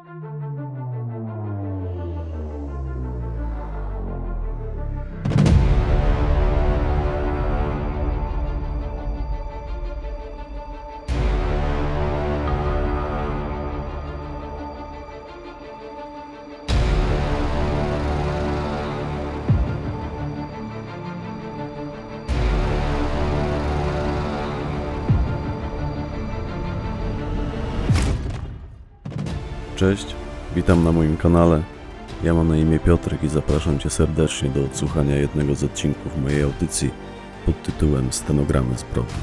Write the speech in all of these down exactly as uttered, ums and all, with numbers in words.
Cześć, witam na moim kanale. Ja mam na imię Piotrek i zapraszam Cię serdecznie do odsłuchania jednego z odcinków mojej audycji pod tytułem Stenogramy zbrodni.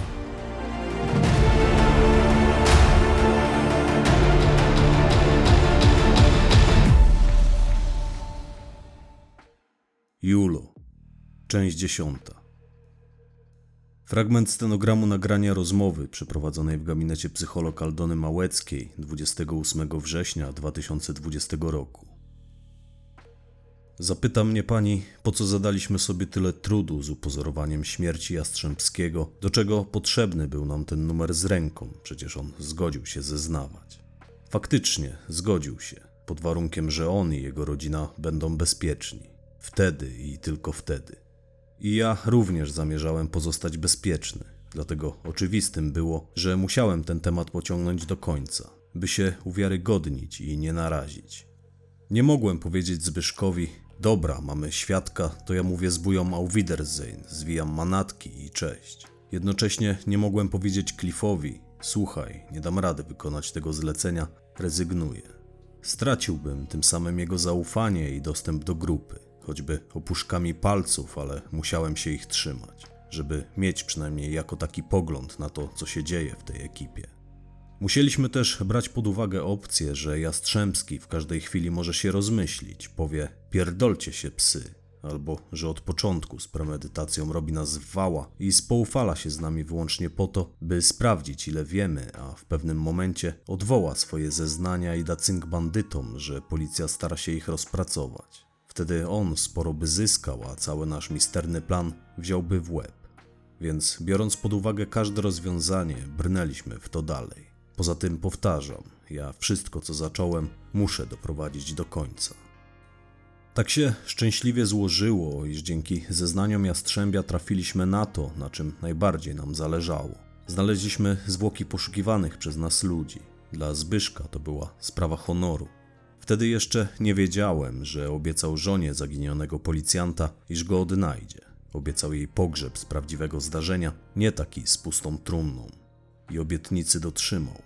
Julo, część dziesiąta. Fragment stenogramu nagrania rozmowy przeprowadzonej w gabinecie psycholog Aldony Małeckiej dwudziestego ósmego września dwa tysiące dwudziestego roku. Zapyta mnie pani, po co zadaliśmy sobie tyle trudu z upozorowaniem śmierci Jastrzębskiego, do czego potrzebny był nam ten numer z ręką, przecież on zgodził się zeznawać. Faktycznie zgodził się, pod warunkiem, że on i jego rodzina będą bezpieczni. Wtedy i tylko wtedy. I ja również zamierzałem pozostać bezpieczny, dlatego oczywistym było, że musiałem ten temat pociągnąć do końca, by się uwiarygodnić i nie narazić. Nie mogłem powiedzieć Zbyszkowi, dobra, mamy świadka, to ja mówię z bują auf Wiedersehen, zwijam manatki i cześć. Jednocześnie nie mogłem powiedzieć Cliffowi, słuchaj, nie dam rady wykonać tego zlecenia, rezygnuję. Straciłbym tym samym jego zaufanie i dostęp do grupy. Choćby opuszkami palców, ale musiałem się ich trzymać, żeby mieć przynajmniej jako taki pogląd na to, co się dzieje w tej ekipie. Musieliśmy też brać pod uwagę opcję, że Jastrzębski w każdej chwili może się rozmyślić, powie pierdolcie się psy, albo że od początku z premedytacją robi nas w wała i spoufala się z nami wyłącznie po to, by sprawdzić ile wiemy, a w pewnym momencie odwoła swoje zeznania i da cynk bandytom, że policja stara się ich rozpracować. Wtedy on sporo by zyskał, a cały nasz misterny plan wziąłby w łeb. Więc biorąc pod uwagę każde rozwiązanie, brnęliśmy w to dalej. Poza tym powtarzam, ja wszystko co zacząłem, muszę doprowadzić do końca. Tak się szczęśliwie złożyło, iż dzięki zeznaniom Jastrzębia trafiliśmy na to, na czym najbardziej nam zależało. Znaleźliśmy zwłoki poszukiwanych przez nas ludzi. Dla Zbyszka to była sprawa honoru. Wtedy jeszcze nie wiedziałem, że obiecał żonie zaginionego policjanta, iż go odnajdzie. Obiecał jej pogrzeb z prawdziwego zdarzenia, nie taki z pustą trumną. I obietnicy dotrzymał.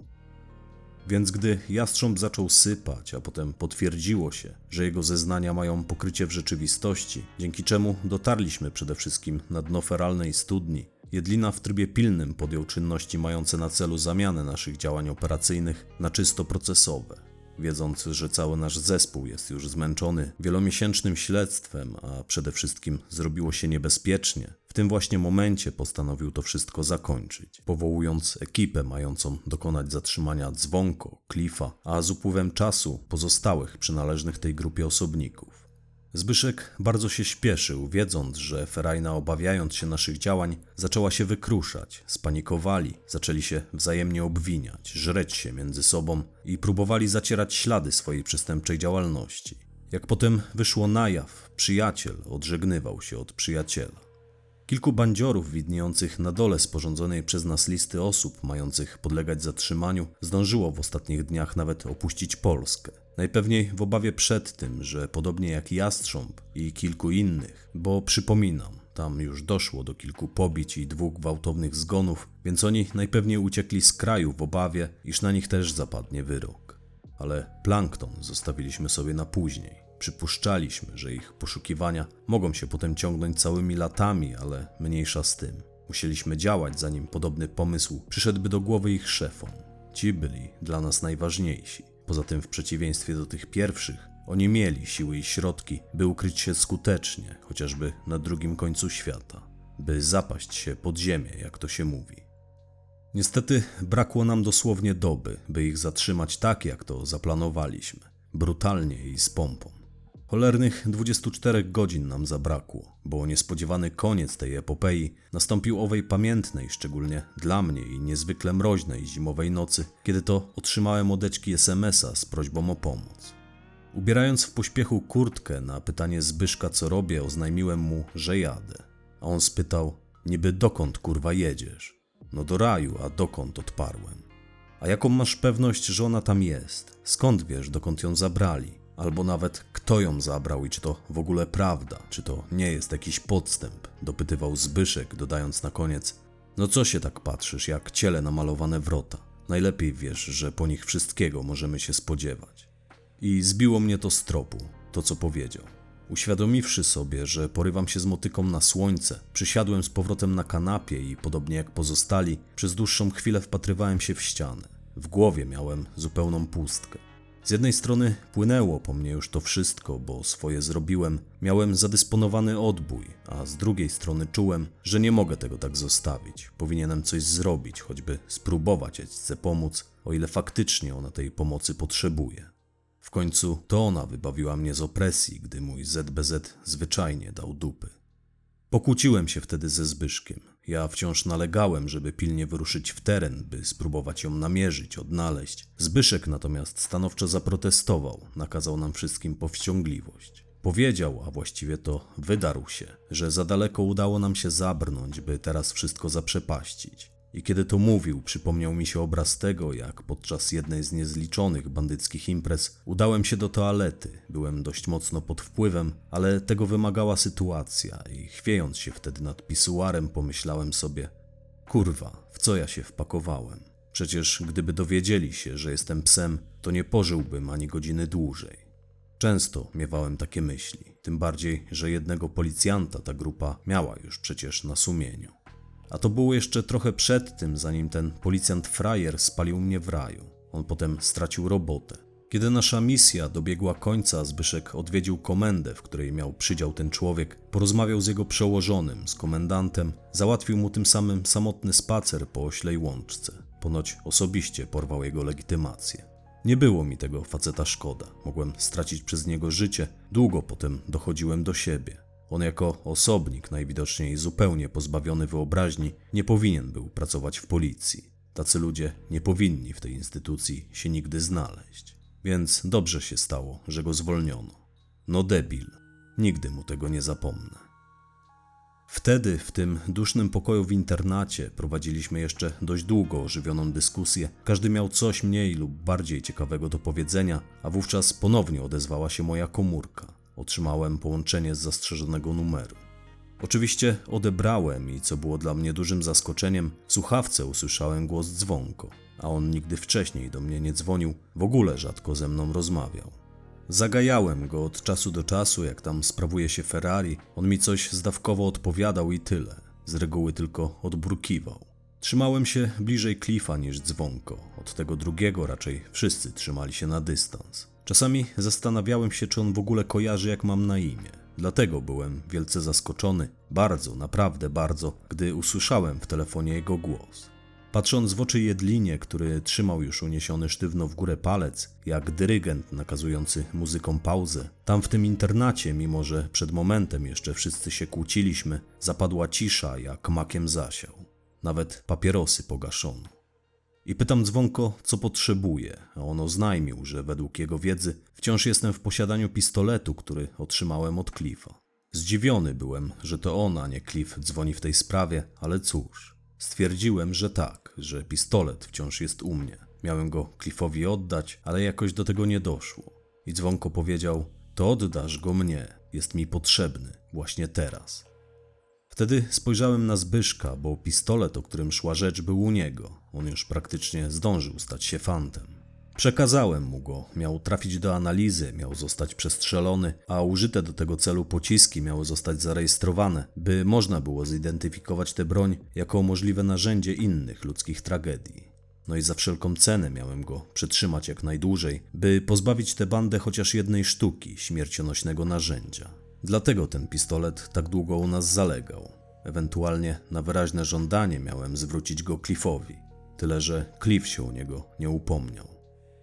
Więc gdy Jastrząb zaczął sypać, a potem potwierdziło się, że jego zeznania mają pokrycie w rzeczywistości, dzięki czemu dotarliśmy przede wszystkim na dno feralnej studni, Jedlina w trybie pilnym podjął czynności mające na celu zamianę naszych działań operacyjnych na czysto procesowe. Wiedząc, że cały nasz zespół jest już zmęczony wielomiesięcznym śledztwem, a przede wszystkim zrobiło się niebezpiecznie, w tym właśnie momencie postanowił to wszystko zakończyć, powołując ekipę mającą dokonać zatrzymania Dzwonko, Cliffa, a z upływem czasu pozostałych przynależnych tej grupie osobników. Zbyszek bardzo się śpieszył, wiedząc, że Ferajna, obawiając się naszych działań, zaczęła się wykruszać, spanikowali, zaczęli się wzajemnie obwiniać, żreć się między sobą i próbowali zacierać ślady swojej przestępczej działalności. Jak potem wyszło na jaw, przyjaciel odżegnywał się od przyjaciela. Kilku bandziorów widniejących na dole sporządzonej przez nas listy osób mających podlegać zatrzymaniu zdążyło w ostatnich dniach nawet opuścić Polskę. Najpewniej w obawie przed tym, że podobnie jak Jastrząb i kilku innych, bo przypominam, tam już doszło do kilku pobić i dwóch gwałtownych zgonów, więc oni najpewniej uciekli z kraju w obawie, iż na nich też zapadnie wyrok. Ale plankton zostawiliśmy sobie na później. Przypuszczaliśmy, że ich poszukiwania mogą się potem ciągnąć całymi latami, ale mniejsza z tym. Musieliśmy działać, zanim podobny pomysł przyszedłby do głowy ich szefom. Ci byli dla nas najważniejsi. Poza tym w przeciwieństwie do tych pierwszych, oni mieli siły i środki, by ukryć się skutecznie, chociażby na drugim końcu świata. By zapaść się pod ziemię, jak to się mówi. Niestety brakło nam dosłownie doby, by ich zatrzymać tak, jak to zaplanowaliśmy. Brutalnie i z pompą. Cholernych dwudziestu czterech godzin nam zabrakło, bo niespodziewany koniec tej epopei nastąpił owej pamiętnej, szczególnie dla mnie i niezwykle mroźnej zimowej nocy, kiedy to otrzymałem od Eczki es em es a z prośbą o pomoc. Ubierając w pośpiechu kurtkę, na pytanie Zbyszka co robię, oznajmiłem mu, że jadę. A on spytał, niby dokąd kurwa jedziesz? No do raju, a dokąd, odparłem. A jaką masz pewność, że ona tam jest? Skąd wiesz, dokąd ją zabrali? Albo nawet kto ją zabrał i czy to w ogóle prawda, czy to nie jest jakiś podstęp? Dopytywał Zbyszek, dodając na koniec, no co się tak patrzysz, jak ciele namalowane wrota? Najlepiej wiesz, że po nich wszystkiego możemy się spodziewać. I zbiło mnie to z tropu, to co powiedział. Uświadomiwszy sobie, że porywam się z motyką na słońce, przysiadłem z powrotem na kanapie i podobnie jak pozostali, przez dłuższą chwilę wpatrywałem się w ścianę. W głowie miałem zupełną pustkę. Z jednej strony płynęło po mnie już to wszystko, bo swoje zrobiłem, miałem zadysponowany odbój, a z drugiej strony czułem, że nie mogę tego tak zostawić. Powinienem coś zrobić, choćby spróbować Eczce pomóc, o ile faktycznie ona tej pomocy potrzebuje. W końcu to ona wybawiła mnie z opresji, gdy mój zet be zet zwyczajnie dał dupy. Pokłóciłem się wtedy ze Zbyszkiem. Ja wciąż nalegałem, żeby pilnie wyruszyć w teren, by spróbować ją namierzyć, odnaleźć. Zbyszek natomiast stanowczo zaprotestował, nakazał nam wszystkim powściągliwość. Powiedział, a właściwie to wydarł się, że za daleko udało nam się zabrnąć, by teraz wszystko zaprzepaścić. I kiedy to mówił, przypomniał mi się obraz tego, jak podczas jednej z niezliczonych bandyckich imprez udałem się do toalety. Byłem dość mocno pod wpływem, ale tego wymagała sytuacja i chwiejąc się wtedy nad pisuarem, pomyślałem sobie, kurwa, w co ja się wpakowałem? Przecież gdyby dowiedzieli się, że jestem psem, to nie pożyłbym ani godziny dłużej. Często miewałem takie myśli, tym bardziej, że jednego policjanta ta grupa miała już przecież na sumieniu. A to było jeszcze trochę przed tym, zanim ten policjant frajer spalił mnie w raju. On potem stracił robotę. Kiedy nasza misja dobiegła końca, Zbyszek odwiedził komendę, w której miał przydział ten człowiek, porozmawiał z jego przełożonym, z komendantem, załatwił mu tym samym samotny spacer po Oślej Łączce. Ponoć osobiście porwał jego legitymację. Nie było mi tego faceta szkoda. Mogłem stracić przez niego życie. Długo potem dochodziłem do siebie. On jako osobnik, najwidoczniej zupełnie pozbawiony wyobraźni, nie powinien był pracować w policji. Tacy ludzie nie powinni w tej instytucji się nigdy znaleźć. Więc dobrze się stało, że go zwolniono. No debil. Nigdy mu tego nie zapomnę. Wtedy w tym dusznym pokoju w internacie prowadziliśmy jeszcze dość długo ożywioną dyskusję. Każdy miał coś mniej lub bardziej ciekawego do powiedzenia, a wówczas ponownie odezwała się moja komórka. Otrzymałem połączenie z zastrzeżonego numeru. Oczywiście odebrałem i co było dla mnie dużym zaskoczeniem, w słuchawce usłyszałem głos Dzwonko, a on nigdy wcześniej do mnie nie dzwonił, w ogóle rzadko ze mną rozmawiał. Zagajałem go od czasu do czasu, jak tam sprawuje się Ferrari, on mi coś zdawkowo odpowiadał i tyle, z reguły tylko odburkiwał. Trzymałem się bliżej Cliffa niż Dzwonko, od tego drugiego raczej wszyscy trzymali się na dystans. Czasami zastanawiałem się, czy on w ogóle kojarzy, jak mam na imię. Dlatego byłem wielce zaskoczony, bardzo, naprawdę bardzo, gdy usłyszałem w telefonie jego głos. Patrząc w oczy Jedlinie, który trzymał już uniesiony sztywno w górę palec, jak dyrygent nakazujący muzykom pauzę, tam w tym internacie, mimo że przed momentem jeszcze wszyscy się kłóciliśmy, zapadła cisza jak makiem zasiał. Nawet papierosy pogaszono. I pytam Dzwonko, co potrzebuje, a on oznajmił, że według jego wiedzy wciąż jestem w posiadaniu pistoletu, który otrzymałem od Cliffa. Zdziwiony byłem, że to on, a nie Cliff dzwoni w tej sprawie, ale cóż. Stwierdziłem, że tak, że pistolet wciąż jest u mnie. Miałem go Cliffowi oddać, ale jakoś do tego nie doszło. I Dzwonko powiedział, to oddasz go mnie, jest mi potrzebny, właśnie teraz. Wtedy spojrzałem na Zbyszka, bo pistolet, o którym szła rzecz, był u niego. On już praktycznie zdążył stać się fantem. Przekazałem mu go, miał trafić do analizy, miał zostać przestrzelony, a użyte do tego celu pociski miały zostać zarejestrowane, by można było zidentyfikować tę broń jako możliwe narzędzie innych ludzkich tragedii. No i za wszelką cenę miałem go przetrzymać jak najdłużej, by pozbawić tę bandę chociaż jednej sztuki śmiercionośnego narzędzia. Dlatego ten pistolet tak długo u nas zalegał. Ewentualnie na wyraźne żądanie miałem zwrócić go Cliffowi. Tyle, że Cliff się o niego nie upomniał.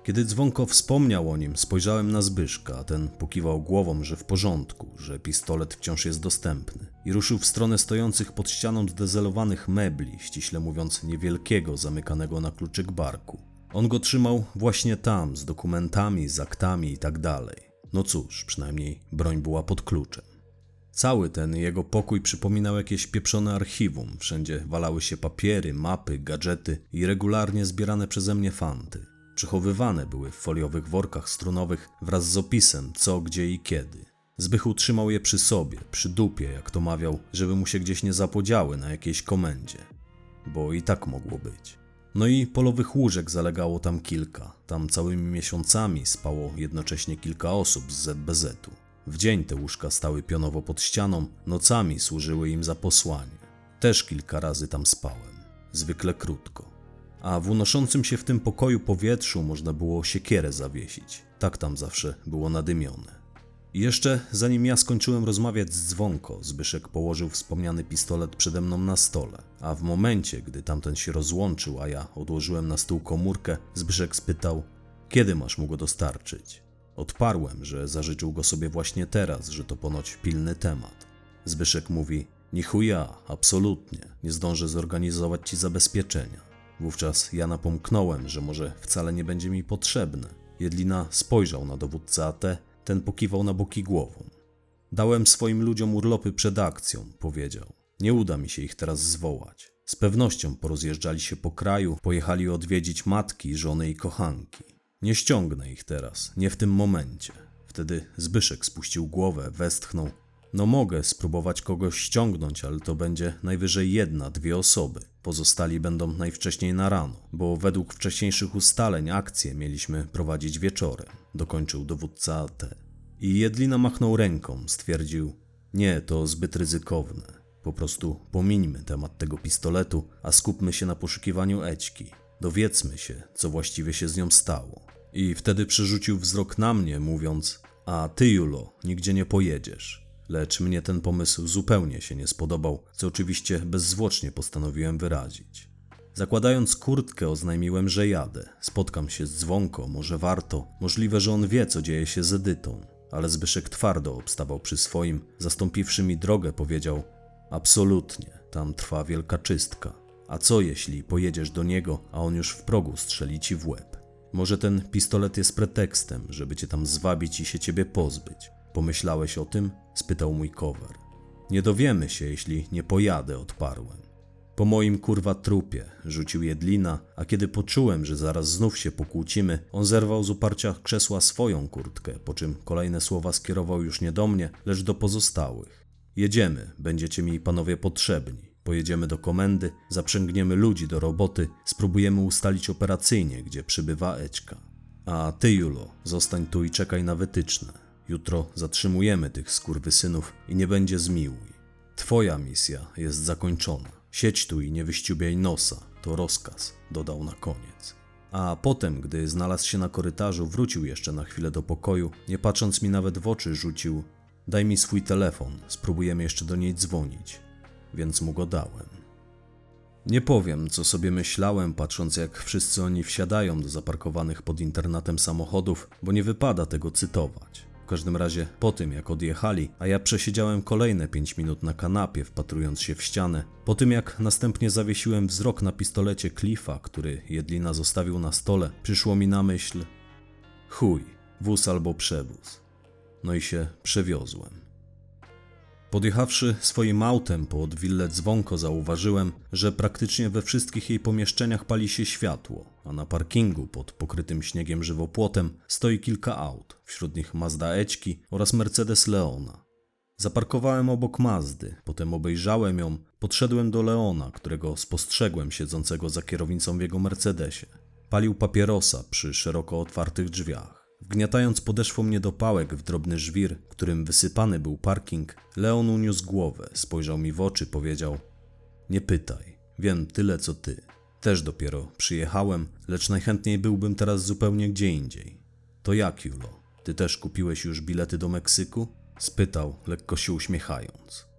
Kiedy Dzwonko wspomniał o nim, spojrzałem na Zbyszka, a ten pokiwał głową, że w porządku, że pistolet wciąż jest dostępny i ruszył w stronę stojących pod ścianą zdezelowanych mebli, ściśle mówiąc niewielkiego, zamykanego na kluczyk barku. On go trzymał właśnie tam, z dokumentami, z aktami i tak dalej. No cóż, przynajmniej broń była pod kluczem. Cały ten jego pokój przypominał jakieś pieprzone archiwum, wszędzie walały się papiery, mapy, gadżety i regularnie zbierane przeze mnie fanty. Przechowywane były w foliowych workach strunowych wraz z opisem co, gdzie i kiedy. Zbychu trzymał je przy sobie, przy dupie, jak to mawiał, żeby mu się gdzieś nie zapodziały na jakiejś komendzie. Bo i tak mogło być. No i polowych łóżek zalegało tam kilka. Tam całymi miesiącami spało jednocześnie kilka osób z Z B Z-u. W dzień te łóżka stały pionowo pod ścianą, nocami służyły im za posłanie. Też kilka razy tam spałem. Zwykle krótko. A w unoszącym się w tym pokoju powietrzu można było siekierę zawiesić. Tak tam zawsze było nadymione. I jeszcze zanim ja skończyłem rozmawiać z Dzwonko, Zbyszek położył wspomniany pistolet przede mną na stole. A w momencie, gdy tamten się rozłączył, a ja odłożyłem na stół komórkę, Zbyszek spytał, kiedy masz mu go dostarczyć? Odparłem, że zażyczył go sobie właśnie teraz, że to ponoć pilny temat. Zbyszek mówi, ni chuja, absolutnie, nie zdążę zorganizować ci zabezpieczenia. Wówczas ja napomknąłem, że może wcale nie będzie mi potrzebne. Jedlina spojrzał na dowódcę A T, ten pokiwał na boki głową. Dałem swoim ludziom urlopy przed akcją, powiedział. Nie uda mi się ich teraz zwołać. Z pewnością porozjeżdżali się po kraju, pojechali odwiedzić matki, żony i kochanki. Nie ściągnę ich teraz, nie w tym momencie. Wtedy Zbyszek spuścił głowę, westchnął. No mogę spróbować kogoś ściągnąć, ale to będzie najwyżej jedna, dwie osoby. Pozostali będą najwcześniej na rano, bo według wcześniejszych ustaleń akcję mieliśmy prowadzić wieczorem, dokończył dowódca A T. I Jedlina machnął ręką, stwierdził, nie, to zbyt ryzykowne. Po prostu pomińmy temat tego pistoletu, a skupmy się na poszukiwaniu Ećki. Dowiedzmy się, co właściwie się z nią stało. I wtedy przerzucił wzrok na mnie, mówiąc, a ty, Julo, nigdzie nie pojedziesz. Lecz mnie ten pomysł zupełnie się nie spodobał, co oczywiście bezzwłocznie postanowiłem wyrazić. Zakładając kurtkę, oznajmiłem, że jadę. Spotkam się z Dzwonko, może warto. Możliwe, że on wie, co dzieje się z Edytą. Ale Zbyszek twardo obstawał przy swoim. Zastąpiwszy mi drogę, powiedział, absolutnie, tam trwa wielka czystka. A co jeśli pojedziesz do niego, a on już w progu strzeli ci w łeb? Może ten pistolet jest pretekstem, żeby cię tam zwabić i się ciebie pozbyć. Pomyślałeś o tym? Spytał mój cover. Nie dowiemy się, jeśli nie pojadę, odparłem. Po moim kurwa trupie, rzucił Jedlina, a kiedy poczułem, że zaraz znów się pokłócimy, on zerwał z uparcia krzesła swoją kurtkę, po czym kolejne słowa skierował już nie do mnie, lecz do pozostałych. Jedziemy, będziecie mi panowie potrzebni. Pojedziemy do komendy, zaprzęgniemy ludzi do roboty, spróbujemy ustalić operacyjnie, gdzie przybywa Ećka. A ty, Julo, zostań tu i czekaj na wytyczne. Jutro zatrzymujemy tych skurwysynów i nie będzie zmiłuj. Twoja misja jest zakończona. Siedź tu i nie wyściubiaj nosa. To rozkaz, dodał na koniec. A potem, gdy znalazł się na korytarzu, wrócił jeszcze na chwilę do pokoju, nie patrząc mi nawet w oczy, rzucił: daj mi swój telefon, spróbujemy jeszcze do niej dzwonić. Więc mu go dałem. Nie powiem, co sobie myślałem, patrząc jak wszyscy oni wsiadają do zaparkowanych pod internatem samochodów, bo nie wypada tego cytować. W każdym razie po tym jak odjechali, a ja przesiedziałem kolejne pięć minut na kanapie, wpatrując się w ścianę, po tym jak następnie zawiesiłem wzrok na pistolecie Cliffa, który Jedlina zostawił na stole, przyszło mi na myśl: chuj, wóz albo przewóz. No i się przewiozłem. Podjechawszy swoim autem pod willę Dzwonko, zauważyłem, że praktycznie we wszystkich jej pomieszczeniach pali się światło, a na parkingu pod pokrytym śniegiem żywopłotem stoi kilka aut, wśród nich Mazda Ećki oraz Mercedes Leona. Zaparkowałem obok Mazdy, potem obejrzałem ją, podszedłem do Leona, którego spostrzegłem siedzącego za kierownicą w jego Mercedesie. Palił papierosa przy szeroko otwartych drzwiach. Wgniatając podeszwą niedopałek w drobny żwir, którym wysypany był parking, Leon uniósł głowę, spojrzał mi w oczy, powiedział: nie pytaj, wiem tyle co ty. Też dopiero przyjechałem, lecz najchętniej byłbym teraz zupełnie gdzie indziej. To jak, Julo? Ty też kupiłeś już bilety do Meksyku? Spytał, lekko się uśmiechając.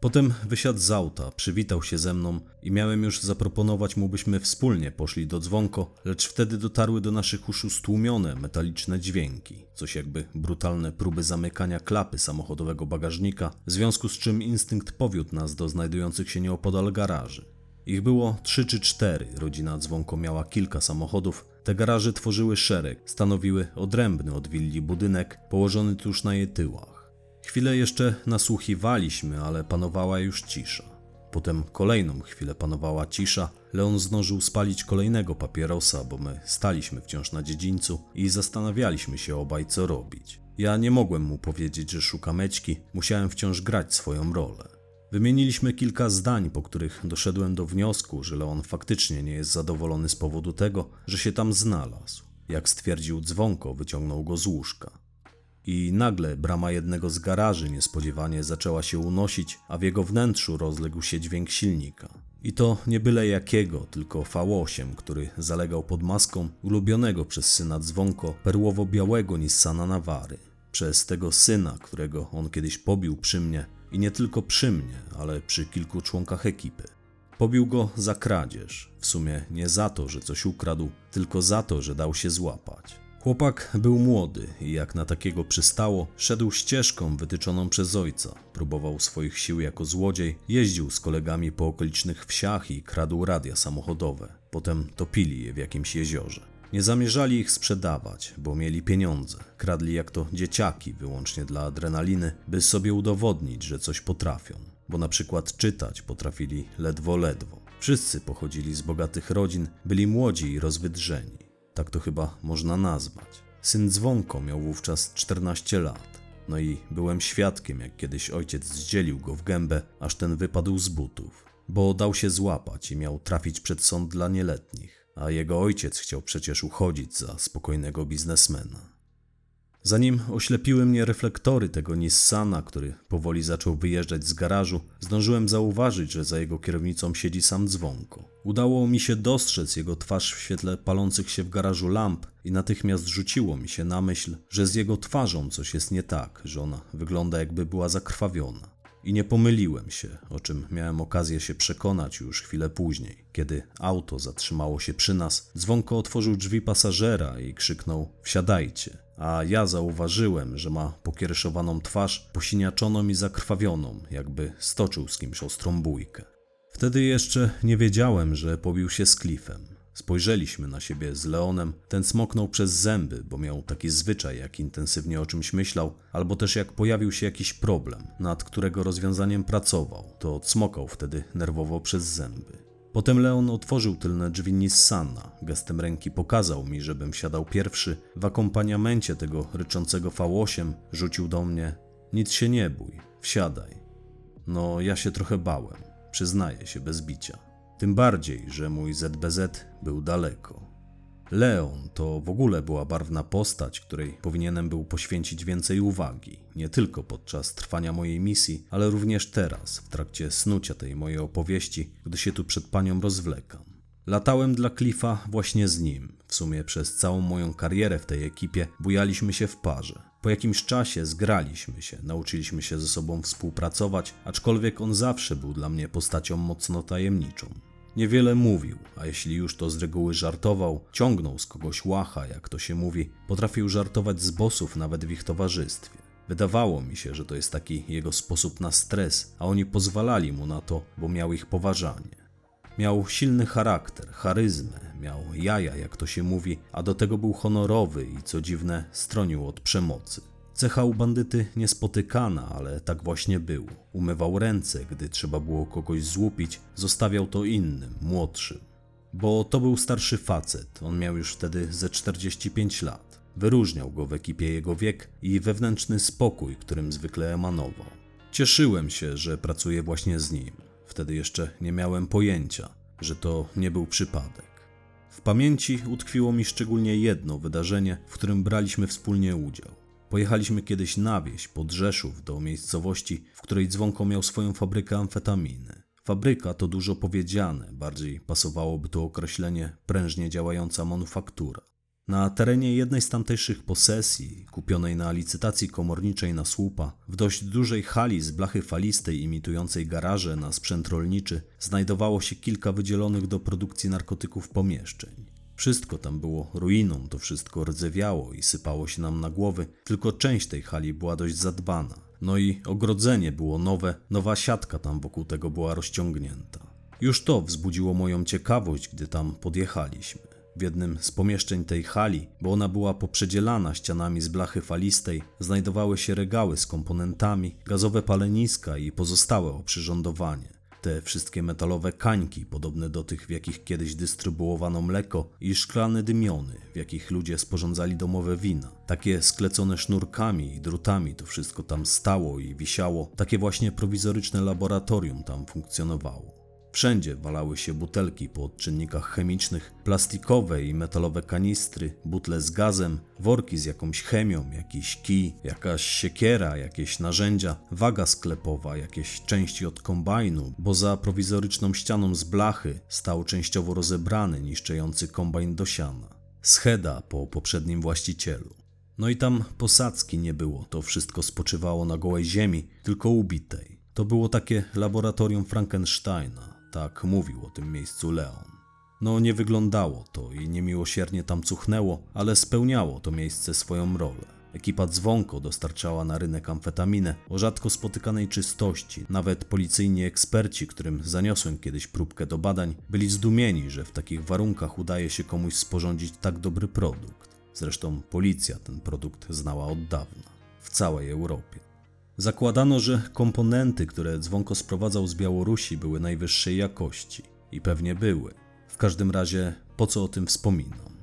Potem wysiadł z auta, przywitał się ze mną i miałem już zaproponować mu, byśmy wspólnie poszli do Dzwonko, lecz wtedy dotarły do naszych uszu stłumione, metaliczne dźwięki, coś jakby brutalne próby zamykania klapy samochodowego bagażnika, w związku z czym instynkt powiódł nas do znajdujących się nieopodal garaży. Ich było trzy czy cztery, rodzina Dzwonko miała kilka samochodów, te garaże tworzyły szereg, stanowiły odrębny od willi budynek położony tuż na jej tyłach. Chwilę jeszcze nasłuchiwaliśmy, ale panowała już cisza. Potem kolejną chwilę panowała cisza. Leon zdążył spalić kolejnego papierosa, bo my staliśmy wciąż na dziedzińcu i zastanawialiśmy się obaj, co robić. Ja nie mogłem mu powiedzieć, że szukam Ećki, musiałem wciąż grać swoją rolę. Wymieniliśmy kilka zdań, po których doszedłem do wniosku, że Leon faktycznie nie jest zadowolony z powodu tego, że się tam znalazł. Jak stwierdził Dzwonko, wyciągnął go z łóżka. I nagle brama jednego z garaży niespodziewanie zaczęła się unosić, a w jego wnętrzu rozległ się dźwięk silnika. I to nie byle jakiego, tylko V osiem, który zalegał pod maską ulubionego przez syna Dzwonko perłowo-białego Nissana Navary. Przez tego syna, którego on kiedyś pobił przy mnie i nie tylko przy mnie, ale przy kilku członkach ekipy. Pobił go za kradzież, w sumie nie za to, że coś ukradł, tylko za to, że dał się złapać. Chłopak był młody i jak na takiego przystało, szedł ścieżką wytyczoną przez ojca. Próbował swoich sił jako złodziej, jeździł z kolegami po okolicznych wsiach i kradł radia samochodowe. Potem topili je w jakimś jeziorze. Nie zamierzali ich sprzedawać, bo mieli pieniądze. Kradli jak to dzieciaki, wyłącznie dla adrenaliny, by sobie udowodnić, że coś potrafią. Bo na przykład czytać potrafili ledwo ledwo. Wszyscy pochodzili z bogatych rodzin, byli młodzi i rozwydrzeni. Tak to chyba można nazwać. Syn Dzwonko miał wówczas czternaście lat. No i byłem świadkiem, jak kiedyś ojciec zdzielił go w gębę, aż ten wypadł z butów. Bo dał się złapać i miał trafić przed sąd dla nieletnich. A jego ojciec chciał przecież uchodzić za spokojnego biznesmena. Zanim oślepiły mnie reflektory tego Nissana, który powoli zaczął wyjeżdżać z garażu, zdążyłem zauważyć, że za jego kierownicą siedzi sam Dzwonko. Udało mi się dostrzec jego twarz w świetle palących się w garażu lamp i natychmiast rzuciło mi się na myśl, że z jego twarzą coś jest nie tak, że ona wygląda, jakby była zakrwawiona. I nie pomyliłem się, o czym miałem okazję się przekonać już chwilę później. Kiedy auto zatrzymało się przy nas, Dzwonko otworzył drzwi pasażera i krzyknął: wsiadajcie. A ja zauważyłem, że ma pokiereszowaną twarz, posiniaczoną i zakrwawioną, jakby stoczył z kimś ostrą bójkę. Wtedy jeszcze nie wiedziałem, że pobił się z Cliffem. Spojrzeliśmy na siebie z Leonem, ten smoknął przez zęby, bo miał taki zwyczaj, jak intensywnie o czymś myślał, albo też jak pojawił się jakiś problem, nad którego rozwiązaniem pracował, to cmokał wtedy nerwowo przez zęby. Potem Leon otworzył tylne drzwi Nissana, gestem ręki pokazał mi, żebym wsiadał pierwszy, w akompaniamencie tego ryczącego V osiem rzucił do mnie: nic się nie bój, wsiadaj. No ja się trochę bałem, przyznaję się bez bicia. Tym bardziej, że mój Z B Z był daleko. Leon to w ogóle była barwna postać, której powinienem był poświęcić więcej uwagi, nie tylko podczas trwania mojej misji, ale również teraz, w trakcie snucia tej mojej opowieści, gdy się tu przed panią rozwlekam. Latałem dla Cliffa właśnie z nim. W sumie przez całą moją karierę w tej ekipie bujaliśmy się w parze. Po jakimś czasie zgraliśmy się, nauczyliśmy się ze sobą współpracować, aczkolwiek on zawsze był dla mnie postacią mocno tajemniczą. Niewiele mówił, a jeśli już to z reguły żartował, ciągnął z kogoś łacha, jak to się mówi, potrafił żartować z bossów nawet w ich towarzystwie. Wydawało mi się, że to jest taki jego sposób na stres, a oni pozwalali mu na to, bo miał ich poważanie. Miał silny charakter, charyzmę, miał jaja, jak to się mówi, a do tego był honorowy i co dziwne, stronił od przemocy. Cecha u bandyty niespotykana, ale tak właśnie było. Umywał ręce, gdy trzeba było kogoś złupić, zostawiał to innym, młodszym. Bo to był starszy facet, on miał już wtedy ze czterdzieści pięć lat. Wyróżniał go w ekipie jego wiek i wewnętrzny spokój, którym zwykle emanował. Cieszyłem się, że pracuję właśnie z nim. Wtedy jeszcze nie miałem pojęcia, że to nie był przypadek. W pamięci utkwiło mi szczególnie jedno wydarzenie, w którym braliśmy wspólnie udział. Pojechaliśmy kiedyś na wieś pod Rzeszów do miejscowości, w której Dzwonko miał swoją fabrykę amfetaminy. Fabryka to dużo powiedziane, bardziej pasowałoby to określenie prężnie działająca manufaktura. Na terenie jednej z tamtejszych posesji, kupionej na licytacji komorniczej na słupa, w dość dużej hali z blachy falistej imitującej garaże na sprzęt rolniczy, znajdowało się kilka wydzielonych do produkcji narkotyków pomieszczeń. Wszystko tam było ruiną, to wszystko rdzewiało i sypało się nam na głowy, tylko część tej hali była dość zadbana. No i ogrodzenie było nowe, nowa siatka tam wokół tego była rozciągnięta. Już to wzbudziło moją ciekawość, gdy tam podjechaliśmy. W jednym z pomieszczeń tej hali, bo ona była poprzedzielana ścianami z blachy falistej, znajdowały się regały z komponentami, gazowe paleniska i pozostałe oprzyrządowanie. Te wszystkie metalowe kańki, podobne do tych, w jakich kiedyś dystrybuowano mleko, i szklane dymiony, w jakich ludzie sporządzali domowe wina. Takie sklecone sznurkami i drutami to wszystko tam stało i wisiało, takie właśnie prowizoryczne laboratorium tam funkcjonowało. Wszędzie walały się butelki po odczynnikach chemicznych, plastikowe i metalowe kanistry, butle z gazem, worki z jakąś chemią, jakiś kij, jakaś siekiera, jakieś narzędzia, waga sklepowa, jakieś części od kombajnu, bo za prowizoryczną ścianą z blachy stał częściowo rozebrany, niszczący kombajn do siana. Scheda po poprzednim właścicielu. No i tam posadzki nie było, to wszystko spoczywało na gołej ziemi, tylko ubitej. To było takie laboratorium Frankensteina. Tak mówił o tym miejscu Leon. No nie wyglądało to i niemiłosiernie tam cuchnęło, ale spełniało to miejsce swoją rolę. Ekipa Dzwonko dostarczała na rynek amfetaminę o rzadko spotykanej czystości. Nawet policyjni eksperci, którym zaniosłem kiedyś próbkę do badań, byli zdumieni, że w takich warunkach udaje się komuś sporządzić tak dobry produkt. Zresztą policja ten produkt znała od dawna, w całej Europie. Zakładano, że komponenty, które Dzwonko sprowadzał z Białorusi, były najwyższej jakości. I pewnie były. W każdym razie, po co o tym wspominam?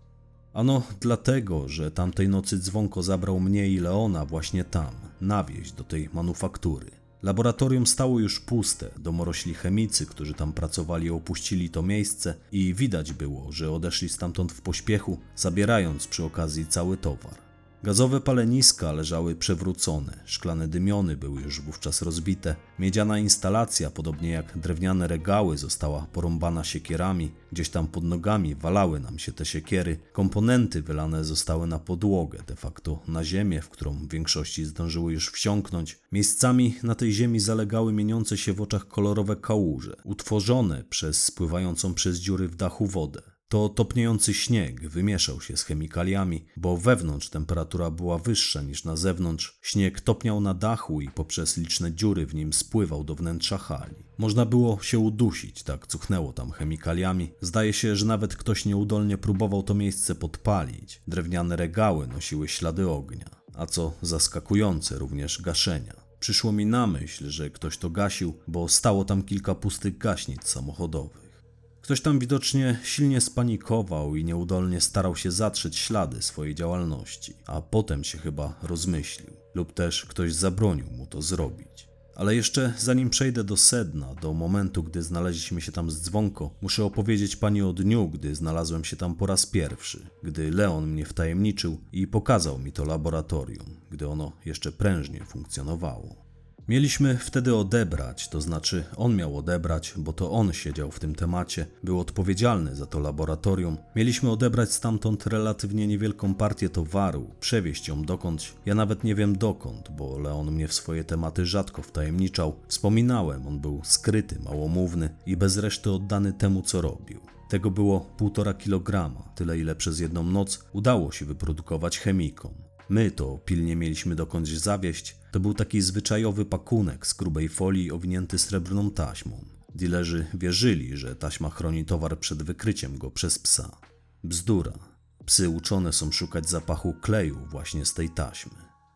Ano dlatego, że tamtej nocy Dzwonko zabrał mnie i Leona właśnie tam, na wieś do tej manufaktury. Laboratorium stało już puste, domorośli chemicy, którzy tam pracowali, opuścili to miejsce i widać było, że odeszli stamtąd w pośpiechu, zabierając przy okazji cały towar. Gazowe paleniska leżały przewrócone, szklane dymiony były już wówczas rozbite, miedziana instalacja, podobnie jak drewniane regały, została porąbana siekierami, gdzieś tam pod nogami walały nam się te siekiery, komponenty wylane zostały na podłogę, de facto na ziemię, w którą w większości zdążyły już wsiąknąć. Miejscami na tej ziemi zalegały mieniące się w oczach kolorowe kałuże, utworzone przez spływającą przez dziury w dachu wodę. To topniejący śnieg wymieszał się z chemikaliami, bo wewnątrz temperatura była wyższa niż na zewnątrz. Śnieg topniał na dachu i poprzez liczne dziury w nim spływał do wnętrza hali. Można było się udusić, tak cuchnęło tam chemikaliami. Zdaje się, że nawet ktoś nieudolnie próbował to miejsce podpalić. Drewniane regały nosiły ślady ognia, a co zaskakujące, również gaszenia. Przyszło mi na myśl, że ktoś to gasił, bo stało tam kilka pustych gaśnic samochodowych. Ktoś tam widocznie silnie spanikował i nieudolnie starał się zatrzeć ślady swojej działalności, a potem się chyba rozmyślił, lub też ktoś zabronił mu to zrobić. Ale jeszcze zanim przejdę do sedna, do momentu, gdy znaleźliśmy się tam z Dzwonko, muszę opowiedzieć pani o dniu, gdy znalazłem się tam po raz pierwszy, gdy Leon mnie wtajemniczył i pokazał mi to laboratorium, gdy ono jeszcze prężnie funkcjonowało. Mieliśmy wtedy odebrać, to znaczy on miał odebrać, bo to on siedział w tym temacie, był odpowiedzialny za to laboratorium. Mieliśmy odebrać stamtąd relatywnie niewielką partię towaru, przewieźć ją dokądś, ja nawet nie wiem dokąd, bo Leon mnie w swoje tematy rzadko wtajemniczał. Wspominałem, on był skryty, małomówny i bez reszty oddany temu, co robił. Tego było półtora kilograma, tyle ile przez jedną noc udało się wyprodukować chemikom. My to pilnie mieliśmy dokądś zawieźć. To był taki zwyczajowy pakunek z grubej folii owinięty srebrną taśmą. Dilerzy wierzyli, że taśma chroni towar przed wykryciem go przez psa. Bzdura. Psy uczone są szukać zapachu kleju właśnie z tej taśmy.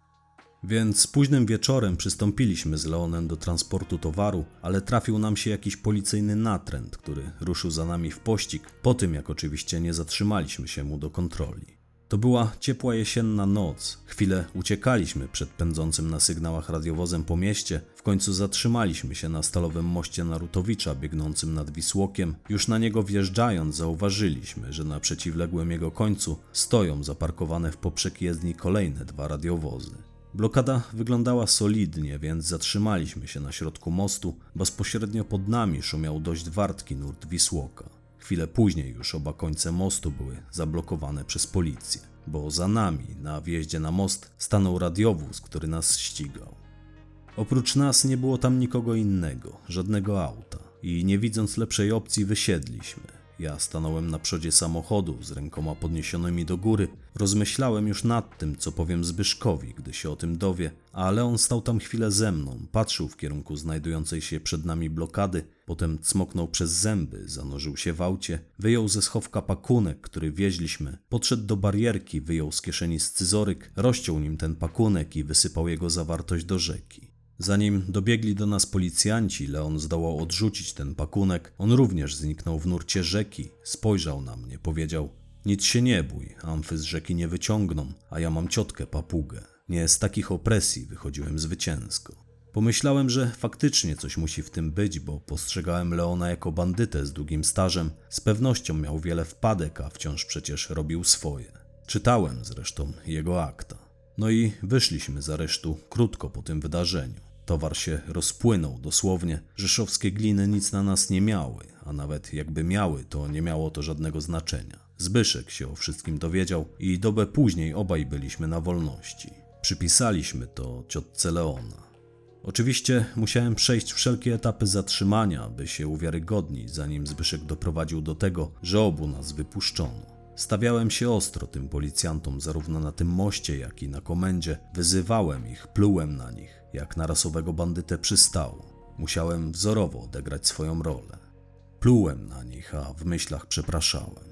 Więc późnym wieczorem przystąpiliśmy z Leonem do transportu towaru, ale trafił nam się jakiś policyjny natręt, który ruszył za nami w pościg, po tym jak oczywiście nie zatrzymaliśmy się mu do kontroli. To była ciepła jesienna noc. Chwilę uciekaliśmy przed pędzącym na sygnałach radiowozem po mieście. W końcu zatrzymaliśmy się na stalowym moście Narutowicza biegnącym nad Wisłokiem. Już na niego wjeżdżając zauważyliśmy, że na przeciwległym jego końcu stoją zaparkowane w poprzek jezdni kolejne dwa radiowozy. Blokada wyglądała solidnie, więc zatrzymaliśmy się na środku mostu. Bezpośrednio pod nami szumiał dość wartki nurt Wisłoka. Chwilę później już oba końce mostu były zablokowane przez policję, bo za nami, na wjeździe na most, stanął radiowóz, który nas ścigał. Oprócz nas nie było tam nikogo innego, żadnego auta i nie widząc lepszej opcji wysiedliśmy. Ja stanąłem na przodzie samochodu z rękoma podniesionymi do góry. Rozmyślałem już nad tym, co powiem Zbyszkowi, gdy się o tym dowie, ale on stał tam chwilę ze mną, patrzył w kierunku znajdującej się przed nami blokady, potem cmoknął przez zęby, zanurzył się w aucie, wyjął ze schowka pakunek, który wieźliśmy, podszedł do barierki, wyjął z kieszeni scyzoryk, rozciął nim ten pakunek i wysypał jego zawartość do rzeki. Zanim dobiegli do nas policjanci, Leon zdołał odrzucić ten pakunek. On również zniknął w nurcie rzeki, spojrzał na mnie, powiedział: nic się nie bój, amfy z rzeki nie wyciągną, a ja mam ciotkę papugę. Nie z takich opresji wychodziłem zwycięsko. Pomyślałem, że faktycznie coś musi w tym być, bo postrzegałem Leona jako bandytę z długim stażem. Z pewnością miał wiele wpadek, a wciąż przecież robił swoje. Czytałem zresztą jego akta. No i wyszliśmy z aresztu krótko po tym wydarzeniu. Towar się rozpłynął dosłownie. Rzeszowskie gliny nic na nas nie miały, a nawet jakby miały, to nie miało to żadnego znaczenia. Zbyszek się o wszystkim dowiedział i dobę później obaj byliśmy na wolności. Przypisaliśmy to ciotce Leona. Oczywiście musiałem przejść wszelkie etapy zatrzymania, by się uwiarygodnić, zanim Zbyszek doprowadził do tego, że obu nas wypuszczono. Stawiałem się ostro tym policjantom zarówno na tym moście, jak i na komendzie. Wyzywałem ich, plułem na nich, jak na rasowego bandytę przystało. Musiałem wzorowo odegrać swoją rolę. Plułem na nich, a w myślach przepraszałem.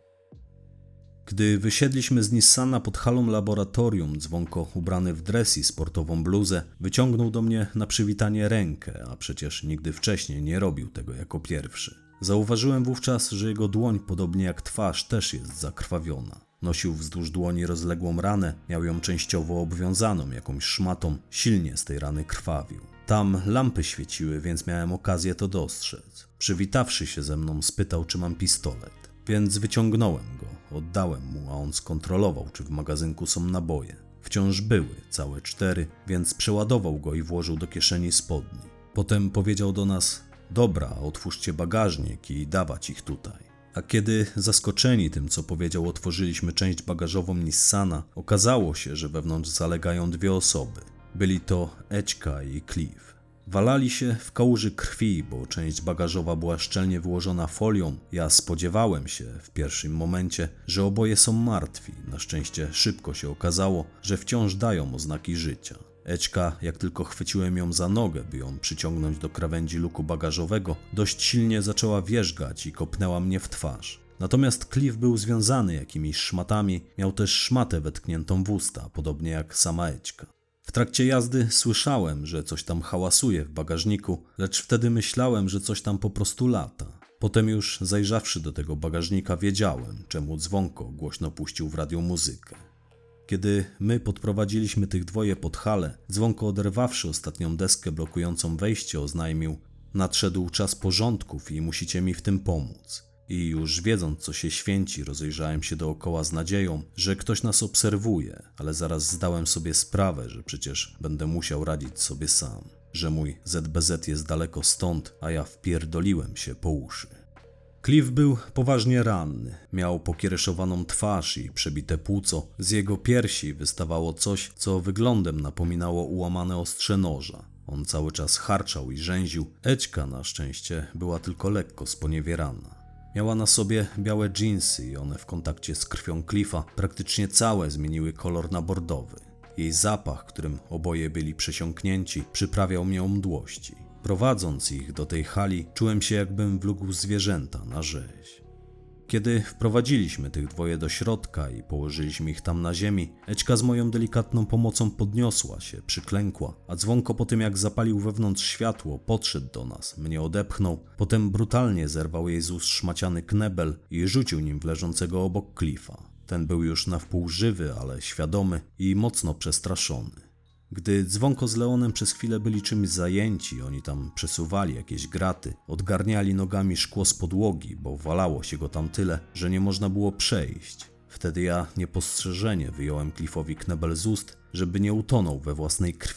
Gdy wysiedliśmy z Nissana pod halą laboratorium, Dzwonko, ubrany w dres i sportową bluzę, wyciągnął do mnie na przywitanie rękę, a przecież nigdy wcześniej nie robił tego jako pierwszy. Zauważyłem wówczas, że jego dłoń, podobnie jak twarz, też jest zakrwawiona. Nosił wzdłuż dłoni rozległą ranę, miał ją częściowo obwiązaną jakąś szmatą, silnie z tej rany krwawił. Tam lampy świeciły, więc miałem okazję to dostrzec. Przywitawszy się ze mną, spytał, czy mam pistolet. Więc wyciągnąłem go, oddałem mu, a on skontrolował, czy w magazynku są naboje. Wciąż były, całe cztery, więc przeładował go i włożył do kieszeni spodni. Potem powiedział do nas: dobra, otwórzcie bagażnik i dawać ich tutaj. A kiedy zaskoczeni tym, co powiedział, otworzyliśmy część bagażową Nissana, okazało się, że wewnątrz zalegają dwie osoby. Byli to Ećka i Cliff. Walali się w kałuży krwi, bo część bagażowa była szczelnie wyłożona folią. Ja spodziewałem się w pierwszym momencie, że oboje są martwi. Na szczęście szybko się okazało, że wciąż dają oznaki życia. Ećka, jak tylko chwyciłem ją za nogę, by ją przyciągnąć do krawędzi luku bagażowego, dość silnie zaczęła wierzgać i kopnęła mnie w twarz. Natomiast Cliff był związany jakimiś szmatami, miał też szmatę wetkniętą w usta, podobnie jak sama Ećka. W trakcie jazdy słyszałem, że coś tam hałasuje w bagażniku, lecz wtedy myślałem, że coś tam po prostu lata. Potem już zajrzawszy do tego bagażnika, wiedziałem, czemu Dzwonko głośno puścił w radiu muzykę. Kiedy my podprowadziliśmy tych dwoje pod halę, Dzwonko, oderwawszy ostatnią deskę blokującą wejście, oznajmił: nadszedł czas porządków i musicie mi w tym pomóc. I już wiedząc, co się święci, rozejrzałem się dookoła z nadzieją, że ktoś nas obserwuje, ale zaraz zdałem sobie sprawę, że przecież będę musiał radzić sobie sam, że mój Z B Z jest daleko stąd, a ja wpierdoliłem się po uszy. Cliff był poważnie ranny, miał pokiereszowaną twarz i przebite płuco. Z jego piersi wystawało coś, co wyglądem napominało ułamane ostrze noża. On cały czas harczał i rzęził. Ećka na szczęście była tylko lekko sponiewierana. Miała na sobie białe dżinsy i one w kontakcie z krwią Cliffa praktycznie całe zmieniły kolor na bordowy. Jej zapach, którym oboje byli przesiąknięci, przyprawiał mnie o mdłości. Prowadząc ich do tej hali, czułem się, jakbym wlókł zwierzęta na rzeź. Kiedy wprowadziliśmy tych dwoje do środka i położyliśmy ich tam na ziemi, Ećka z moją delikatną pomocą podniosła się, przyklękła, a Dzwonko po tym, jak zapalił wewnątrz światło, podszedł do nas, mnie odepchnął, potem brutalnie zerwał jej z ust szmaciany knebel i rzucił nim w leżącego obok Cliffa. Ten był już na wpół żywy, ale świadomy i mocno przestraszony. Gdy Dzwonko z Leonem przez chwilę byli czymś zajęci, oni tam przesuwali jakieś graty, odgarniali nogami szkło z podłogi, bo walało się go tam tyle, że nie można było przejść. Wtedy ja niepostrzeżenie wyjąłem Cliffowi knebel z ust, żeby nie utonął we własnej krwi.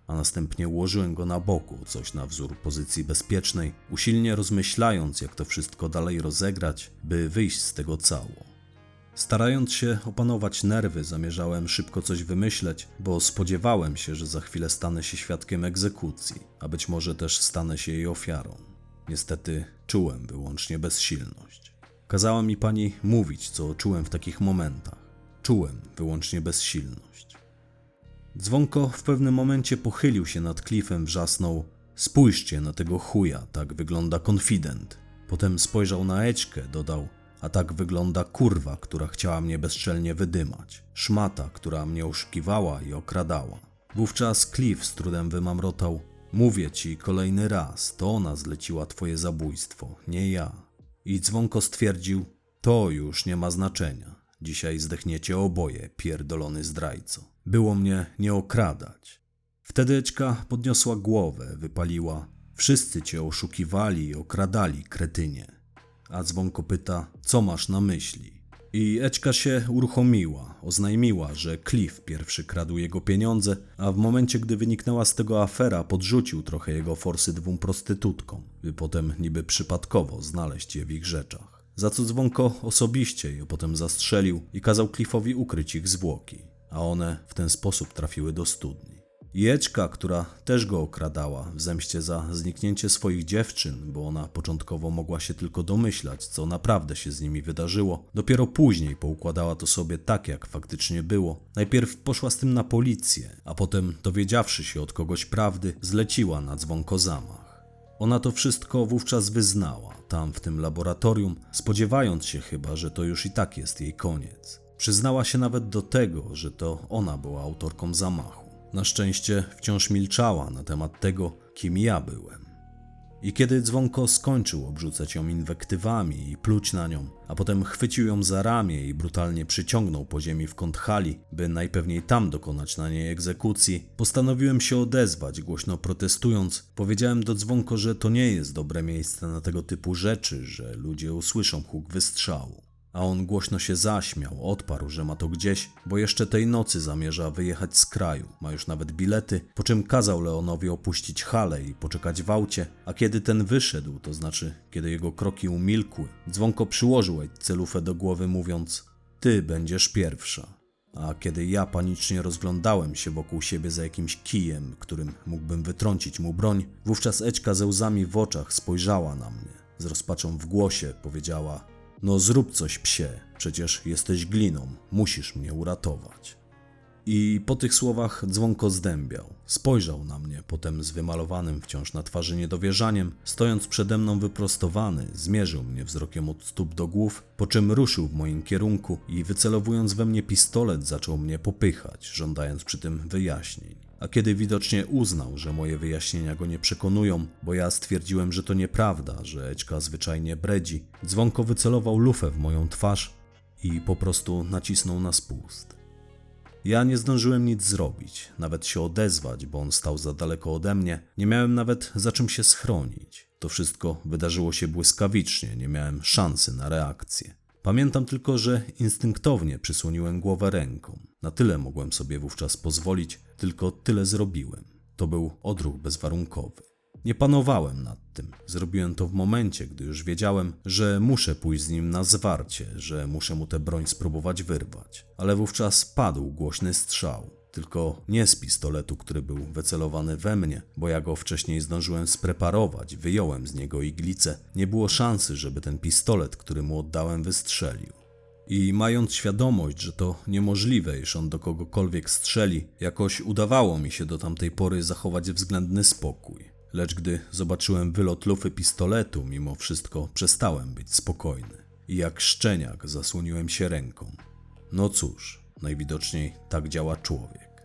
a następnie ułożyłem go na boku, coś na wzór pozycji bezpiecznej, usilnie rozmyślając, jak to wszystko dalej rozegrać, by wyjść z tego cało. Starając się opanować nerwy, zamierzałem szybko coś wymyśleć, bo spodziewałem się, że za chwilę stanę się świadkiem egzekucji, a być może też stanę się jej ofiarą. Niestety czułem wyłącznie bezsilność. Kazała mi pani mówić, co czułem w takich momentach. Czułem wyłącznie bezsilność. Dzwonko w pewnym momencie pochylił się nad klifem, wrzasnął: spójrzcie na tego chuja, tak wygląda konfident. Potem spojrzał na Eczkę, dodał: a tak wygląda kurwa, która chciała mnie bezczelnie wydymać. Szmata, która mnie oszukiwała i okradała. Wówczas Cliff z trudem wymamrotał: mówię ci kolejny raz, to ona zleciła twoje zabójstwo, nie ja. I Dzwonko stwierdził: to już nie ma znaczenia. Dzisiaj zdechniecie oboje, pierdolony zdrajco. Było mnie nie okradać. Wtedy Eczka podniosła głowę, wypaliła: wszyscy cię oszukiwali i okradali, kretynie. A Dzwonko pyta: co masz na myśli? I Eczka się uruchomiła, oznajmiła, że Cliff pierwszy kradł jego pieniądze, a w momencie, gdy wyniknęła z tego afera, podrzucił trochę jego forsy dwóm prostytutkom, by potem niby przypadkowo znaleźć je w ich rzeczach. Za co Dzwonko osobiście je potem zastrzelił i kazał Cliffowi ukryć ich zwłoki, a one w ten sposób trafiły do studni. I Eczka, która też go okradała w zemście za zniknięcie swoich dziewczyn, bo ona początkowo mogła się tylko domyślać, co naprawdę się z nimi wydarzyło, dopiero później poukładała to sobie tak, jak faktycznie było. Najpierw poszła z tym na policję, a potem, dowiedziawszy się od kogoś prawdy, zleciła na Dzwonko zamach. Ona to wszystko wówczas wyznała, tam w tym laboratorium, spodziewając się chyba, że to już i tak jest jej koniec. Przyznała się nawet do tego, że to ona była autorką zamachu. Na szczęście wciąż milczała na temat tego, kim ja byłem. I kiedy Dzwonko skończył obrzucać ją inwektywami i pluć na nią, a potem chwycił ją za ramię i brutalnie przyciągnął po ziemi w kąt hali, by najpewniej tam dokonać na niej egzekucji, postanowiłem się odezwać, głośno protestując. Powiedziałem do Dzwonko, że to nie jest dobre miejsce na tego typu rzeczy, że ludzie usłyszą huk wystrzału. A on głośno się zaśmiał, odparł, że ma to gdzieś, bo jeszcze tej nocy zamierza wyjechać z kraju, ma już nawet bilety, po czym kazał Leonowi opuścić halę i poczekać w aucie, a kiedy ten wyszedł, to znaczy kiedy jego kroki umilkły, Dzwonko przyłożył Eczce lufę do głowy, mówiąc: ty będziesz pierwsza. A kiedy ja panicznie rozglądałem się wokół siebie za jakimś kijem, którym mógłbym wytrącić mu broń, wówczas Eczka ze łzami w oczach spojrzała na mnie. Z rozpaczą w głosie powiedziała: no zrób coś, psie, przecież jesteś gliną, musisz mnie uratować. I po tych słowach Dzwonko zdębiał. Spojrzał na mnie, potem z wymalowanym wciąż na twarzy niedowierzaniem, stojąc przede mną wyprostowany, zmierzył mnie wzrokiem od stóp do głów, po czym ruszył w moim kierunku i wycelowując we mnie pistolet, zaczął mnie popychać, żądając przy tym wyjaśnień. A kiedy widocznie uznał, że moje wyjaśnienia go nie przekonują, bo ja stwierdziłem, że to nieprawda, że Eczka zwyczajnie bredzi, Dzwonko wycelował lufę w moją twarz i po prostu nacisnął na spust. Ja nie zdążyłem nic zrobić, nawet się odezwać, bo on stał za daleko ode mnie, nie miałem nawet za czym się schronić. To wszystko wydarzyło się błyskawicznie, nie miałem szansy na reakcję. Pamiętam tylko, że instynktownie przysłoniłem głowę ręką. Na tyle mogłem sobie wówczas pozwolić, tylko tyle zrobiłem. To był odruch bezwarunkowy. Nie panowałem nad tym. Zrobiłem to w momencie, gdy już wiedziałem, że muszę pójść z nim na zwarcie, że muszę mu tę broń spróbować wyrwać. Ale wówczas padł głośny strzał. Tylko nie z pistoletu, który był wycelowany we mnie, bo ja go wcześniej zdążyłem spreparować, wyjąłem z niego iglicę. Nie było szansy, żeby ten pistolet, który mu oddałem, wystrzelił. I mając świadomość, że to niemożliwe, iż on do kogokolwiek strzeli, jakoś udawało mi się do tamtej pory zachować względny spokój. Lecz gdy zobaczyłem wylot lufy pistoletu, mimo wszystko przestałem być spokojny. I jak szczeniak zasłoniłem się ręką. No cóż, najwidoczniej tak działa człowiek.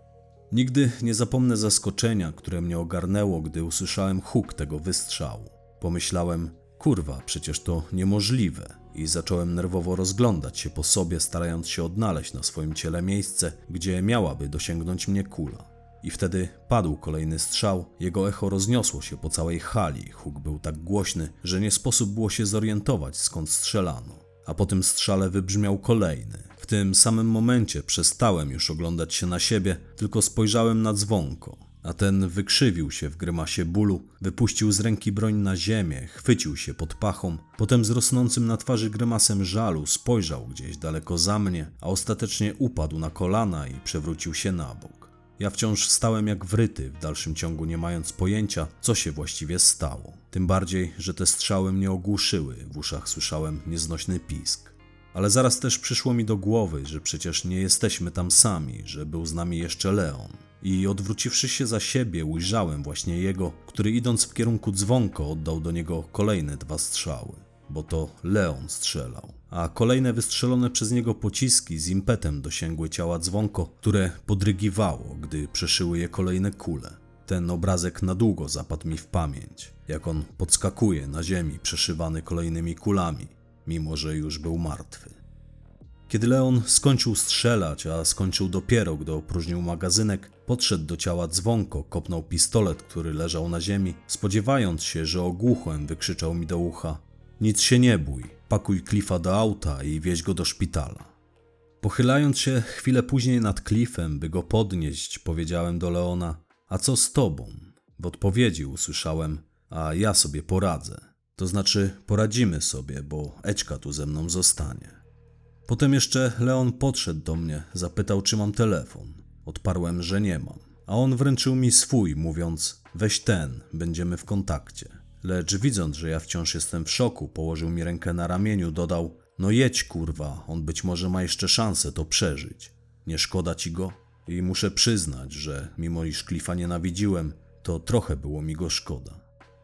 Nigdy nie zapomnę zaskoczenia, które mnie ogarnęło, gdy usłyszałem huk tego wystrzału. Pomyślałem: kurwa, przecież to niemożliwe. I zacząłem nerwowo rozglądać się po sobie, starając się odnaleźć na swoim ciele miejsce, gdzie miałaby dosięgnąć mnie kula. I wtedy padł kolejny strzał, jego echo rozniosło się po całej hali, huk był tak głośny, że nie sposób było się zorientować, skąd strzelano. A po tym strzale wybrzmiał kolejny. W tym samym momencie przestałem już oglądać się na siebie, tylko spojrzałem na Dzwonko. A ten wykrzywił się w grymasie bólu, wypuścił z ręki broń na ziemię, chwycił się pod pachą, potem z rosnącym na twarzy grymasem żalu spojrzał gdzieś daleko za mnie, a ostatecznie upadł na kolana i przewrócił się na bok. Ja wciąż stałem jak wryty, w dalszym ciągu nie mając pojęcia, co się właściwie stało. Tym bardziej, że te strzały mnie ogłuszyły, w uszach słyszałem nieznośny pisk. Ale zaraz też przyszło mi do głowy, że przecież nie jesteśmy tam sami, że był z nami jeszcze Leon. I odwróciwszy się za siebie, ujrzałem właśnie jego, który idąc w kierunku dzwonko oddał do niego kolejne dwa strzały. Bo to Leon strzelał. A kolejne wystrzelone przez niego pociski z impetem dosięgły ciała dzwonko, które podrygiwało, gdy przeszyły je kolejne kule. Ten obrazek na długo zapadł mi w pamięć, jak on podskakuje na ziemi przeszywany kolejnymi kulami, mimo że już był martwy. Kiedy Leon skończył strzelać, a skończył dopiero, gdy opróżnił magazynek, podszedł do ciała dzwonko, kopnął pistolet, który leżał na ziemi, spodziewając się, że ogłuchłem, wykrzyczał mi do ucha: nic się nie bój, pakuj Cliffa do auta i wieź go do szpitala. Pochylając się chwilę później nad Cliffem, by go podnieść, powiedziałem do Leona: a co z tobą? W odpowiedzi usłyszałem: a ja sobie poradzę. To znaczy poradzimy sobie, bo Eczka tu ze mną zostanie. Potem jeszcze Leon podszedł do mnie, zapytał, czy mam telefon. Odparłem, że nie mam. A on wręczył mi swój, mówiąc: weź ten, będziemy w kontakcie. Lecz widząc, że ja wciąż jestem w szoku, położył mi rękę na ramieniu, dodał: no jedź kurwa, on być może ma jeszcze szansę to przeżyć. Nie szkoda ci go? I muszę przyznać, że mimo iż Cliffa nienawidziłem, to trochę było mi go szkoda.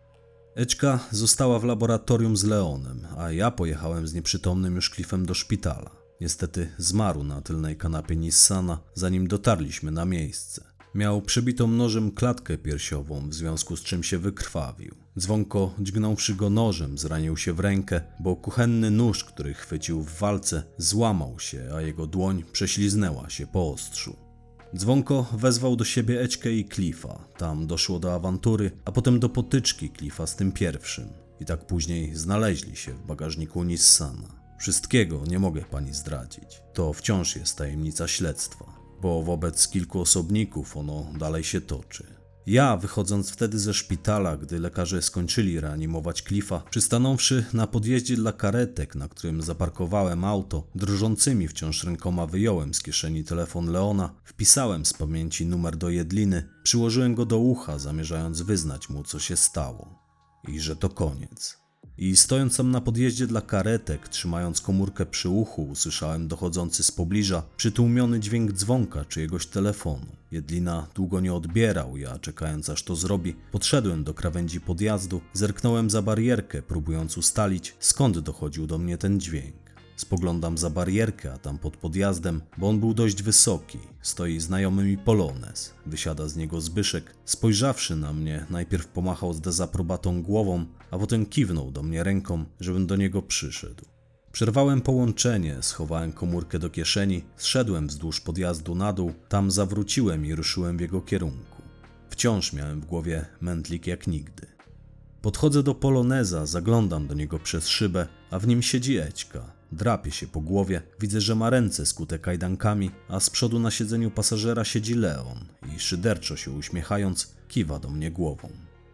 Eczka została w laboratorium z Leonem, a ja pojechałem z nieprzytomnym już Cliffem do szpitala. Niestety zmarł na tylnej kanapie Nissana, zanim dotarliśmy na miejsce. Miał przebitą nożem klatkę piersiową, w związku z czym się wykrwawił. Dzwonko, dźgnąwszy go nożem, zranił się w rękę, bo kuchenny nóż, który chwycił w walce, złamał się, a jego dłoń prześliznęła się po ostrzu. Dzwonko wezwał do siebie Eczkę i Cliffa. Tam doszło do awantury, a potem do potyczki Cliffa z tym pierwszym. I tak później znaleźli się w bagażniku Nissana. Wszystkiego nie mogę pani zdradzić. To wciąż jest tajemnica śledztwa, bo wobec kilku osobników ono dalej się toczy. Ja, wychodząc wtedy ze szpitala, gdy lekarze skończyli reanimować Cliffa, przystanąwszy na podjeździe dla karetek, na którym zaparkowałem auto, drżącymi wciąż rękoma wyjąłem z kieszeni telefon Leona, wpisałem z pamięci numer do jedliny, przyłożyłem go do ucha, zamierzając wyznać mu, co się stało. I że to koniec. I stojąc tam na podjeździe dla karetek, trzymając komórkę przy uchu, usłyszałem dochodzący z pobliża przytłumiony dźwięk dzwonka czyjegoś telefonu. Jedlina długo nie odbierał, ja czekając aż to zrobi, podszedłem do krawędzi podjazdu, zerknąłem za barierkę, próbując ustalić, skąd dochodził do mnie ten dźwięk. Spoglądam za barierkę, a tam pod podjazdem, bo on był dość wysoki, stoi znajomy mi Polonez. Wysiada z niego Zbyszek. Spojrzawszy na mnie, najpierw pomachał z dezaprobatą głową, a potem kiwnął do mnie ręką, żebym do niego przyszedł. Przerwałem połączenie, schowałem komórkę do kieszeni, zszedłem wzdłuż podjazdu na dół, tam zawróciłem i ruszyłem w jego kierunku. Wciąż miałem w głowie mętlik jak nigdy. Podchodzę do Poloneza, zaglądam do niego przez szybę, a w nim siedzi Eczka. Drapie się po głowie, widzę, że ma ręce skute kajdankami, a z przodu na siedzeniu pasażera siedzi Leon i szyderczo się uśmiechając, kiwa do mnie głową.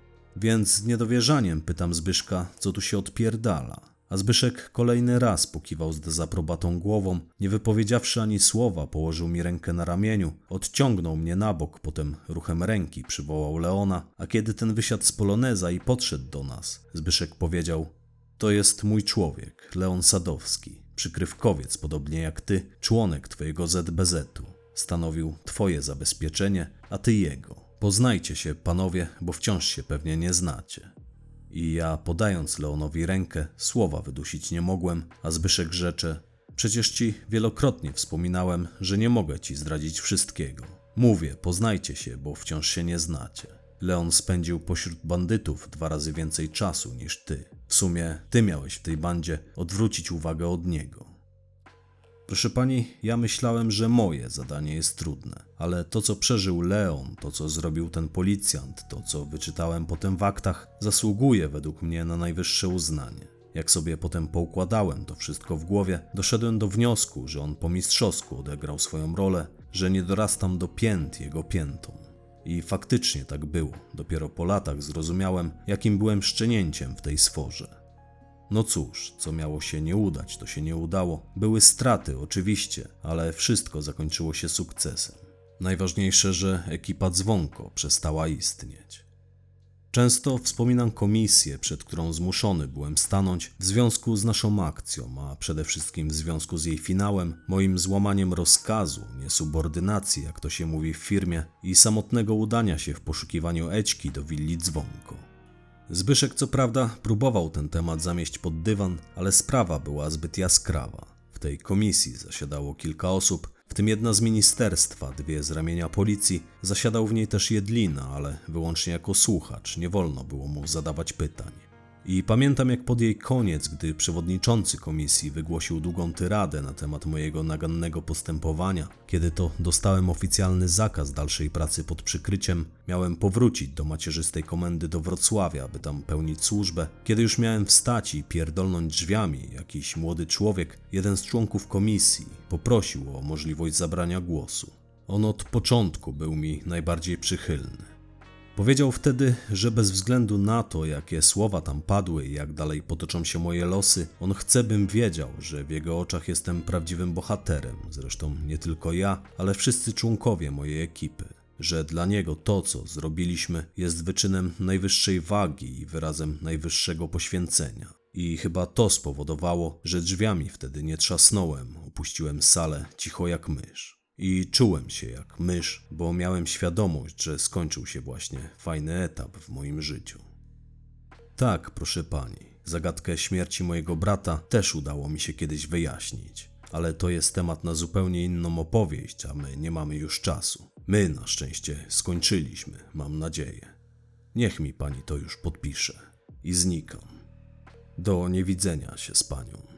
Więc z niedowierzaniem pytam Zbyszka, co tu się odpierdala. A Zbyszek kolejny raz pokiwał z dezaprobatą głową, nie wypowiedziawszy ani słowa, położył mi rękę na ramieniu, odciągnął mnie na bok, potem ruchem ręki przywołał Leona, a kiedy ten wysiadł z Poloneza i podszedł do nas, Zbyszek powiedział: to jest mój człowiek, Leon Sadowski, przykrywkowiec, podobnie jak ty, członek twojego Z B Z-u. Stanowił twoje zabezpieczenie, a ty jego. Poznajcie się, panowie, bo wciąż się pewnie nie znacie. I ja, podając Leonowi rękę, słowa wydusić nie mogłem, a Zbyszek rzecze: przecież ci wielokrotnie wspominałem, że nie mogę ci zdradzić wszystkiego. Mówię, poznajcie się, bo wciąż się nie znacie. Leon spędził pośród bandytów dwa razy więcej czasu niż ty. W sumie ty miałeś w tej bandzie odwrócić uwagę od niego. Proszę pani, ja myślałem, że moje zadanie jest trudne, ale to, co przeżył Leon, to, co zrobił ten policjant, to, co wyczytałem potem w aktach, zasługuje według mnie na najwyższe uznanie. Jak sobie potem poukładałem to wszystko w głowie, doszedłem do wniosku, że on po mistrzowsku odegrał swoją rolę, że nie dorastam do pięt jego piętom. I faktycznie tak było. Dopiero po latach zrozumiałem, jakim byłem szczenięciem w tej sforze. No cóż, co miało się nie udać, to się nie udało. Były straty, oczywiście, ale wszystko zakończyło się sukcesem. Najważniejsze, że ekipa Dzwonko przestała istnieć. Często wspominam komisję, przed którą zmuszony byłem stanąć w związku z naszą akcją, a przede wszystkim w związku z jej finałem, moim złamaniem rozkazu, niesubordynacji, jak to się mówi w firmie, i samotnego udania się w poszukiwaniu Ećki do willi Dzwonko. Zbyszek co prawda próbował ten temat zamieść pod dywan, ale sprawa była zbyt jaskrawa. W tej komisji zasiadało kilka osób, w tym jedna z ministerstwa, dwie z ramienia policji. Zasiadał w niej też Jedlina, ale wyłącznie jako słuchacz, nie wolno było mu zadawać pytań. I pamiętam, jak pod jej koniec, gdy przewodniczący komisji wygłosił długą tyradę na temat mojego nagannego postępowania, kiedy to dostałem oficjalny zakaz dalszej pracy pod przykryciem, miałem powrócić do macierzystej komendy do Wrocławia, aby tam pełnić służbę. Kiedy już miałem wstać i pierdolnąć drzwiami, jakiś młody człowiek, jeden z członków komisji, poprosił o możliwość zabrania głosu. On od początku był mi najbardziej przychylny. Powiedział wtedy, że bez względu na to, jakie słowa tam padły i jak dalej potoczą się moje losy, on chce, bym wiedział, że w jego oczach jestem prawdziwym bohaterem, zresztą nie tylko ja, ale wszyscy członkowie mojej ekipy, że dla niego to, co zrobiliśmy, jest wyczynem najwyższej wagi i wyrazem najwyższego poświęcenia. I chyba to spowodowało, że drzwiami wtedy nie trzasnąłem, opuściłem salę cicho jak mysz. I czułem się jak mysz, bo miałem świadomość, że skończył się właśnie fajny etap w moim życiu. Tak, proszę pani, zagadkę śmierci mojego brata też udało mi się kiedyś wyjaśnić, ale to jest temat na zupełnie inną opowieść, a my nie mamy już czasu. My na szczęście skończyliśmy, mam nadzieję. Niech mi pani to już podpisze. I znikam. Do niewidzenia się z panią.